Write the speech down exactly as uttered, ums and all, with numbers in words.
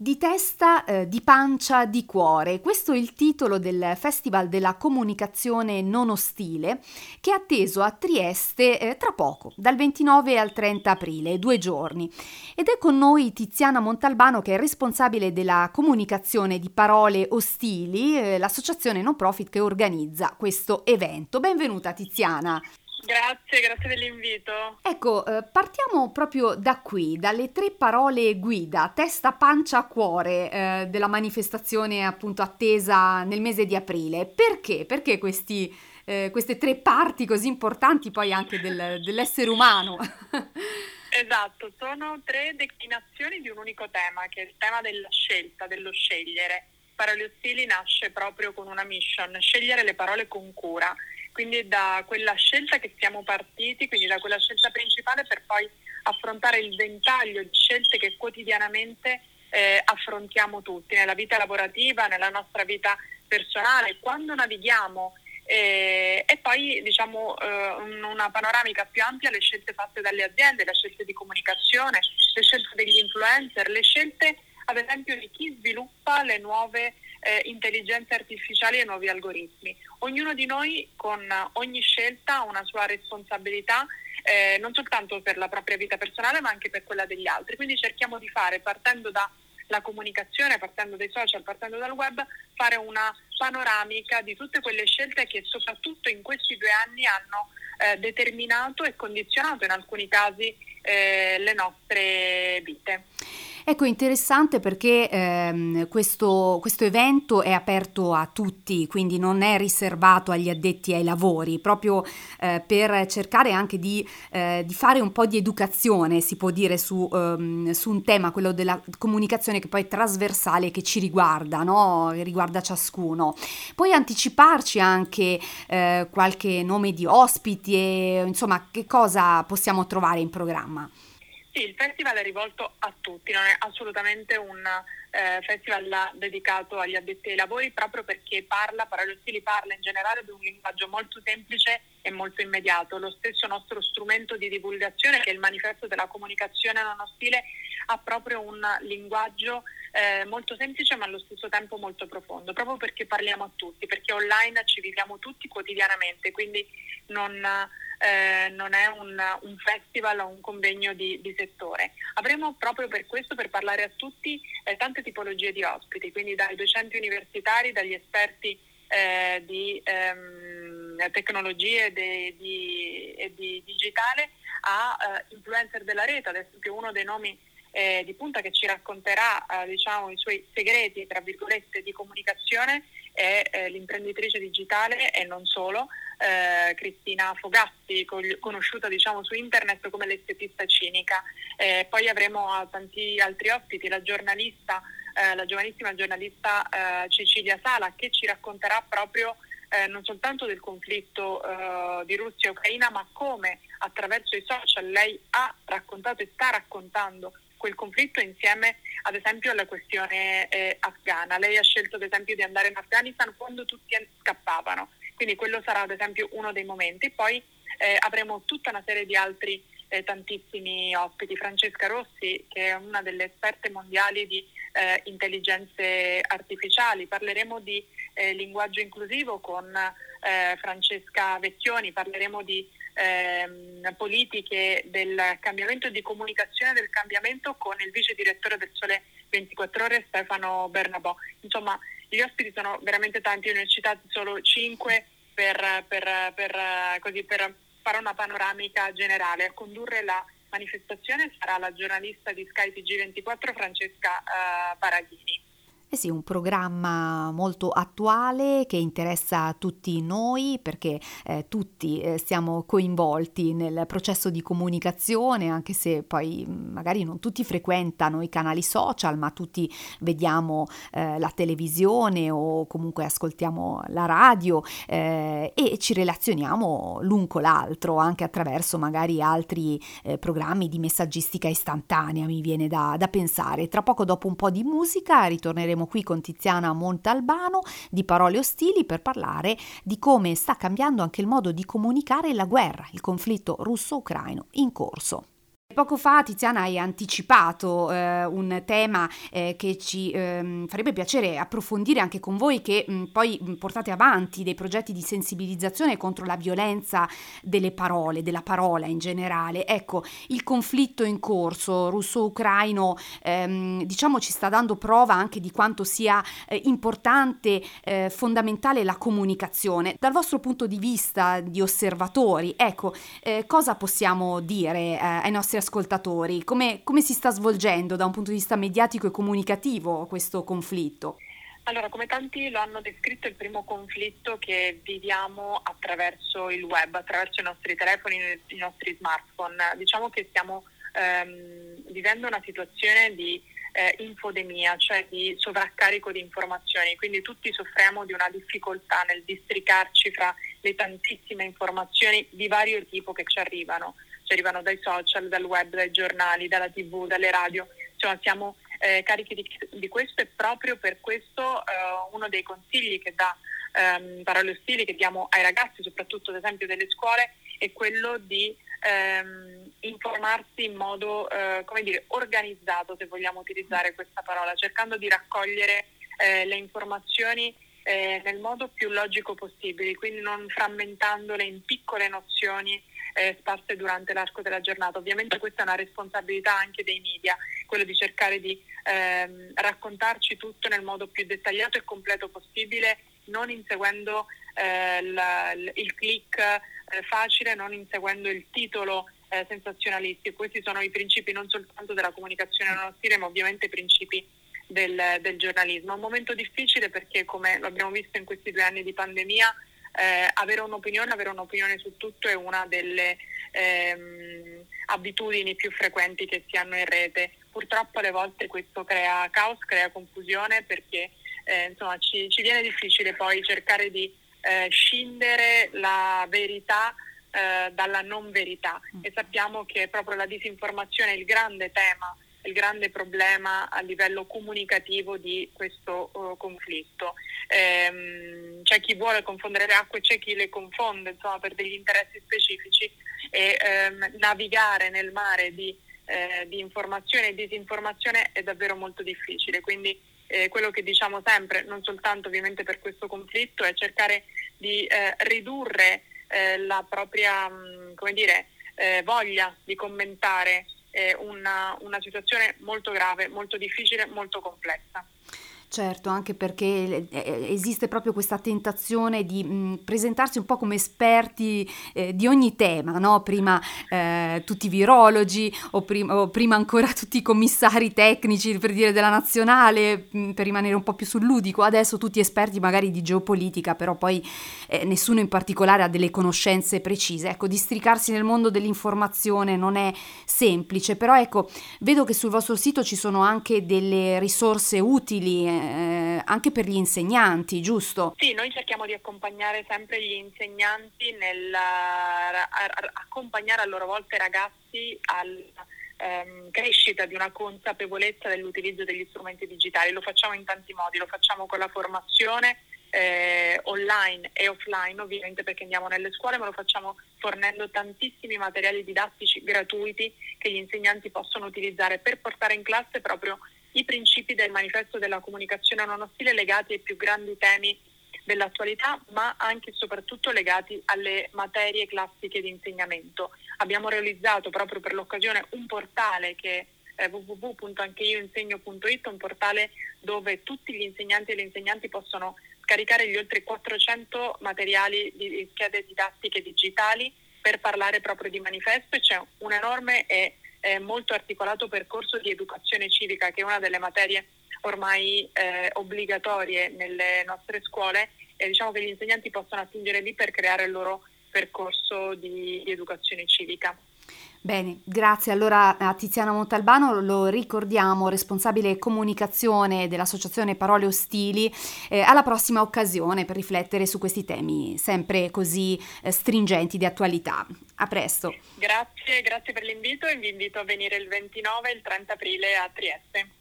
Di testa, eh, di pancia, di cuore. Questo è il titolo del Festival della Comunicazione Non Ostile, che è atteso a Trieste eh, tra poco, dal ventinove al trenta aprile, due giorni. Ed è con noi Tiziana Montalbano, che è responsabile della comunicazione di Parole Ostili, eh, l'associazione no profit che organizza questo evento. Benvenuta Tiziana. Grazie, grazie dell'invito. Ecco, eh, partiamo proprio da qui, dalle tre parole guida, testa, pancia, cuore, eh, della manifestazione appunto attesa nel mese di aprile. Perché? Perché questi, eh, queste tre parti così importanti poi anche del- dell'essere umano? Esatto, sono tre declinazioni di un unico tema, che è il tema della scelta, dello scegliere. Parole Ostili nasce proprio con una mission, scegliere le parole con cura. Quindi da quella scelta che siamo partiti, quindi da quella scelta principale per poi affrontare il ventaglio di scelte che quotidianamente eh, affrontiamo tutti, nella vita lavorativa, nella nostra vita personale, quando navighiamo eh, e poi diciamo eh, una panoramica più ampia, le scelte fatte dalle aziende, le scelte di comunicazione, le scelte degli influencer, le scelte ad esempio di chi sviluppa le nuove eh, intelligenze artificiali e nuovi algoritmi. Ognuno di noi con ogni scelta ha una sua responsabilità, eh, non soltanto per la propria vita personale ma anche per quella degli altri. Quindi cerchiamo di fare, partendo dalla comunicazione, partendo dai social, partendo dal web, fare una panoramica di tutte quelle scelte che soprattutto in questi due anni hanno eh, determinato e condizionato in alcuni casi eh, le nostre vite. Ecco, interessante perché ehm, questo, questo evento è aperto a tutti, quindi non è riservato agli addetti ai lavori, proprio eh, per cercare anche di, eh, di fare un po' di educazione, si può dire, su, ehm, su un tema, quello della comunicazione, che poi è trasversale, che ci riguarda, no? Che riguarda ciascuno. Puoi anticiparci anche eh, qualche nome di ospiti e insomma che cosa possiamo trovare in programma? Sì, il festival è rivolto a tutti, non è assolutamente un eh, festival dedicato agli addetti ai lavori, proprio perché parla, Parole Ostili parla in generale di un linguaggio molto semplice e molto immediato. Lo stesso nostro strumento di divulgazione, che è il manifesto della comunicazione non ostile, ha proprio un linguaggio eh, molto semplice ma allo stesso tempo molto profondo, proprio perché parliamo a tutti, perché online ci viviamo tutti quotidianamente, quindi non... Eh, non è un, un festival o un convegno di, di settore. Avremo proprio per questo, per parlare a tutti, eh, tante tipologie di ospiti, quindi dai docenti universitari, dagli esperti eh, di ehm, tecnologie e di, di, e di digitale a eh, influencer della rete. Ad esempio uno dei nomi eh, di punta che ci racconterà eh, diciamo, i suoi segreti, tra virgolette, di comunicazione è eh, l'imprenditrice digitale e non solo, eh, Cristina Fogatti, conosciuta diciamo su internet come l'estetista cinica. Eh, poi avremo tanti altri ospiti, la giornalista, eh, la giovanissima giornalista eh, Cecilia Sala, che ci racconterà proprio eh, non soltanto del conflitto eh, di Russia e Ucraina, ma come attraverso i social lei ha raccontato e sta raccontando quel conflitto insieme ad esempio alla questione eh, afghana. Lei ha scelto ad esempio di andare in Afghanistan quando tutti scappavano, quindi quello sarà ad esempio uno dei momenti. Poi eh, avremo tutta una serie di altri eh, tantissimi ospiti. Francesca Rossi, che è una delle esperte mondiali di eh, intelligenze artificiali. Parleremo di eh, linguaggio inclusivo con eh, Francesca Vecchioni, parleremo di Ehm, politiche del cambiamento e di comunicazione del cambiamento con il vice direttore del Sole ventiquattro Ore Stefano Bernabò. Insomma, gli ospiti sono veramente tanti, io ne ho citati solo cinque per, per, per, così, per fare una panoramica generale. A condurre la manifestazione sarà la giornalista di Sky T G ventiquattro Francesca eh, Baraghini. Eh sì, un programma molto attuale che interessa a tutti noi perché eh, tutti eh, siamo coinvolti nel processo di comunicazione, anche se poi magari non tutti frequentano i canali social, ma tutti vediamo eh, la televisione o comunque ascoltiamo la radio eh, e ci relazioniamo l'un con l'altro anche attraverso magari altri eh, programmi di messaggistica istantanea, mi viene da, da pensare. Tra poco, dopo un po' di musica, ritorneremo qui con Tiziana Montalbano di Parole Ostili per parlare di come sta cambiando anche il modo di comunicare la guerra, il conflitto russo-ucraino in corso. Poco fa, Tiziana, hai anticipato eh, un tema eh, che ci ehm, farebbe piacere approfondire anche con voi, che mh, poi mh, portate avanti dei progetti di sensibilizzazione contro la violenza delle parole, della parola in generale. Ecco, il conflitto in corso russo-ucraino ehm, diciamo ci sta dando prova anche di quanto sia eh, importante, eh, fondamentale la comunicazione. Dal vostro punto di vista di osservatori, ecco, eh, cosa possiamo dire eh, ai nostri ascoltatori? Come, come si sta svolgendo da un punto di vista mediatico e comunicativo questo conflitto? Allora, come tanti lo hanno descritto, è il primo conflitto che viviamo attraverso il web, attraverso i nostri telefoni, i nostri smartphone. Diciamo che stiamo ehm, vivendo una situazione di eh, infodemia, cioè di sovraccarico di informazioni, quindi tutti soffriamo di una difficoltà nel districarci fra le tantissime informazioni di vario tipo che ci arrivano. Ci arrivano dai social, dal web, dai giornali, dalla tivù, dalle radio, insomma siamo eh, carichi di, di questo, e proprio per questo eh, uno dei consigli che dà ehm, Parole Ostili, che diamo ai ragazzi, soprattutto ad esempio delle scuole, è quello di ehm, informarsi in modo, eh, come dire, organizzato, se vogliamo utilizzare questa parola, cercando di raccogliere eh, le informazioni eh, nel modo più logico possibile, quindi non frammentandole in piccole nozioni Eh, sparse durante l'arco della giornata. Ovviamente questa è una responsabilità anche dei media, quello di cercare di ehm, raccontarci tutto nel modo più dettagliato e completo possibile, non inseguendo eh, la, il click eh, facile, non inseguendo il titolo eh, sensazionalistico. Questi sono i principi non soltanto della comunicazione non ostile, ma ovviamente i principi del, del giornalismo. È un momento difficile perché, come lo abbiamo visto in questi due anni di pandemia, Eh, avere un'opinione, avere un'opinione su tutto è una delle ehm, abitudini più frequenti che si hanno in rete. Purtroppo alle volte questo crea caos, crea confusione, perché eh, insomma ci, ci viene difficile poi cercare di eh, scindere la verità eh, dalla non verità, e sappiamo che proprio la disinformazione è il grande tema, il grande problema a livello comunicativo di questo uh, conflitto. Ehm, c'è chi vuole confondere le acque, c'è chi le confonde, insomma, per degli interessi specifici, e ehm, navigare nel mare di, eh, di informazione e disinformazione è davvero molto difficile. Quindi eh, quello che diciamo sempre, non soltanto ovviamente per questo conflitto, è cercare di eh, ridurre eh, la propria, mh, come dire, eh, voglia di commentare Una, una situazione molto grave, molto difficile, molto complessa. Certo, anche perché esiste proprio questa tentazione di mh, presentarsi un po' come esperti eh, di ogni tema, no? Prima eh, tutti i virologi o, prim- o prima ancora tutti i commissari tecnici, per dire, della nazionale, mh, per rimanere un po' più sul ludico. Adesso tutti esperti magari di geopolitica, però poi eh, nessuno in particolare ha delle conoscenze precise. Ecco, districarsi nel mondo dell'informazione non è semplice, però ecco, vedo che sul vostro sito ci sono anche delle risorse utili Eh, anche per gli insegnanti, giusto? Sì, noi cerchiamo di accompagnare sempre gli insegnanti nel a, a, accompagnare a loro volta i ragazzi alla ehm, crescita di una consapevolezza dell'utilizzo degli strumenti digitali. Lo facciamo in tanti modi, lo facciamo con la formazione eh, online e offline, ovviamente, perché andiamo nelle scuole, ma lo facciamo fornendo tantissimi materiali didattici gratuiti che gli insegnanti possono utilizzare per portare in classe proprio i principi del manifesto della comunicazione non ostile, legati ai più grandi temi dell'attualità, ma anche e soprattutto legati alle materie classiche di insegnamento. Abbiamo realizzato proprio per l'occasione un portale che è w w w punto ancheioinsegno punto it, un portale dove tutti gli insegnanti e le insegnanti possono scaricare gli oltre quattrocento materiali di schede didattiche digitali per parlare proprio di manifesto, e c'è un enorme e eh, molto articolato percorso di educazione civica, che è una delle materie ormai eh, obbligatorie nelle nostre scuole, e diciamo che gli insegnanti possono attingere lì per creare il loro percorso di, di educazione civica. Bene, grazie allora a Tiziana Montalbano, lo ricordiamo, responsabile comunicazione dell'associazione Parole Ostili. Eh, alla prossima occasione per riflettere su questi temi sempre così eh, stringenti di attualità. A presto. Grazie, grazie per l'invito, e vi invito a venire il ventinove e il trenta aprile a Trieste.